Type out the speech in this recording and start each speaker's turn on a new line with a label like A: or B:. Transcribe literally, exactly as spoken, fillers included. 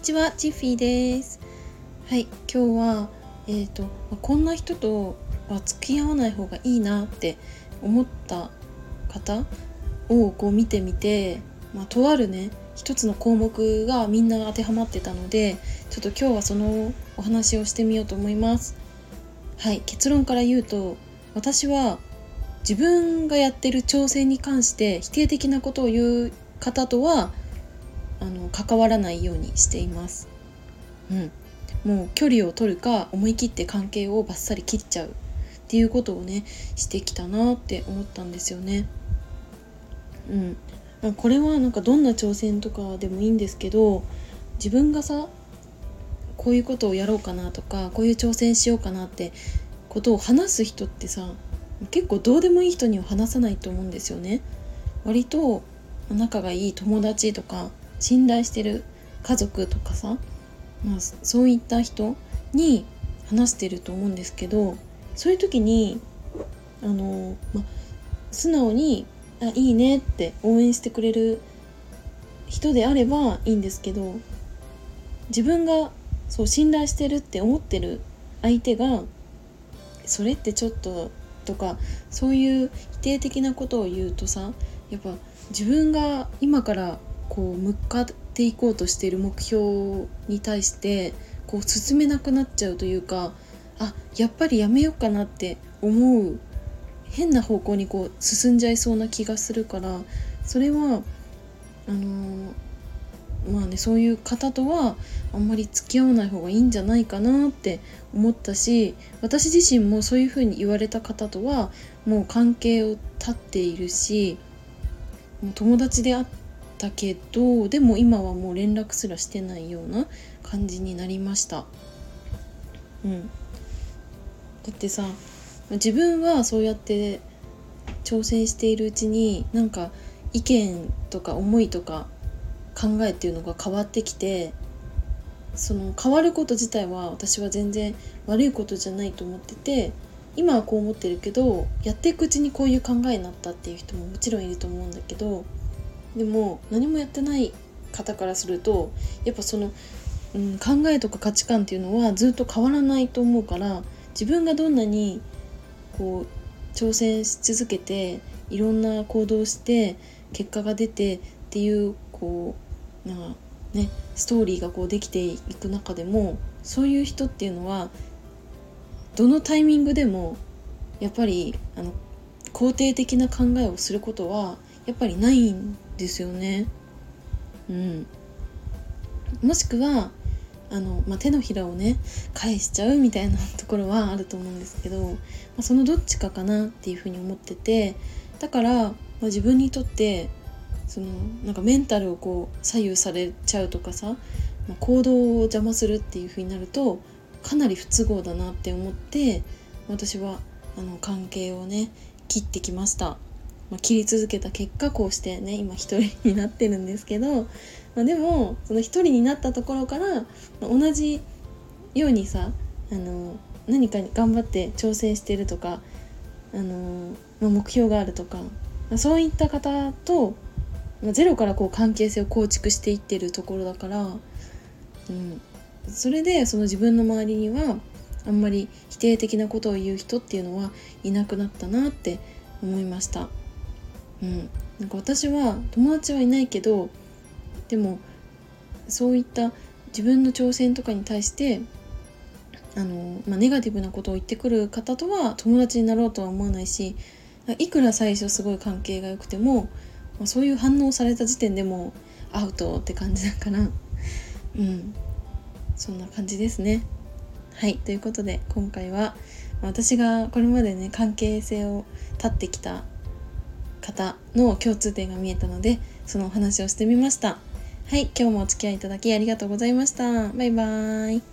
A: ちは、チッフィーです。はい、今日は、えーと、こんな人とは付き合わない方がいいなって思った方をこう見てみて、まあ、とあるね一つの項目がみんな当てはまってたので、ちょっと今日はそのお話をしてみようと思います。はい、結論から言うと、私は自分がやってる挑戦に関して否定的なことを言う方とはあの関わらないようにしています。うん、もう距離を取るか思い切って関係をバッサリ切っちゃうっていうことをねしてきたなって思ったんですよね。うん、これはなんかどんな挑戦とかでもいいんですけど、自分がさこういうことをやろうかなとかこういう挑戦しようかなってことを話す人ってさ、結構どうでもいい人には話さないと思うんですよね。割と仲がいい友達とか信頼してる家族とかさ、まあ、そういった人に話してると思うんですけど、そういう時にあの、まあ、素直にあいいねって応援してくれる人であればいいんですけど、自分がそう信頼してるって思ってる相手がそれってちょっととかそういう否定的なことを言うとさ、やっぱ自分が今からこう向かっていこうとしている目標に対してこう進めなくなっちゃうというか、あやっぱりやめようかなって思う変な方向にこう進んじゃいそうな気がするから、それはあのーまあね、そういう方とはあんまり付き合わない方がいいんじゃないかなって思ったし、私自身もそういう風に言われた方とはもう関係を断っているし、もう友達であったけどでも今はもう連絡すらしてないような感じになりました。うん、だってさ、自分はそうやって挑戦しているうちになんか意見とか思いとか考えっていうのが変わってきて、その変わること自体は私は全然悪いことじゃないと思ってて、今はこう思ってるけどやっていくうちにこういう考えになったっていう人ももちろんいると思うんだけど、でも何もやってない方からするとやっぱその、うん、考えとか価値観っていうのはずっと変わらないと思うから、自分がどんなにこう挑戦し続けていろんな行動をして結果が出てっていうこうなんかねストーリーがこうできていく中でも、そういう人っていうのはどのタイミングでもやっぱりあの肯定的な考えをすることはやっぱりないんですよね。うん、もしくはあの、まあ、手のひらをね返しちゃうみたいなところはあると思うんですけど、まあ、そのどっちかかなっていうふうに思ってて、だから、まあ、自分にとってそのなんかメンタルをこう左右されちゃうとかさ、まあ、行動を邪魔するっていうふうになるとかなり不都合だなって思って、私はあの関係をね切ってきました。まあ、切り続けた結果こうしてね今一人になってるんですけど、まあ、でもその一人になったところから、まあ、同じようにさあの何かに頑張って挑戦してるとか、あの、まあ、目標があるとか、まあ、そういった方と、まあ、ゼロからこう関係性を構築していってるところだから、うん、それでその自分の周りにはあんまり否定的なことを言う人っていうのはいなくなったなって思いました。うん、なんか私は友達はいないけど、でもそういった自分の挑戦とかに対してあの、まあ、ネガティブなことを言ってくる方とは友達になろうとは思わないし、いくら最初すごい関係が良くても、まあ、そういう反応された時点でもうアウトって感じだから、うん、そんな感じですね。はい、ということで今回は私がこれまでね関係性を断ってきた方の共通点が見えたので、そのお話をしてみました。はい、今日もお付き合いいただきありがとうございました。バイバーイ。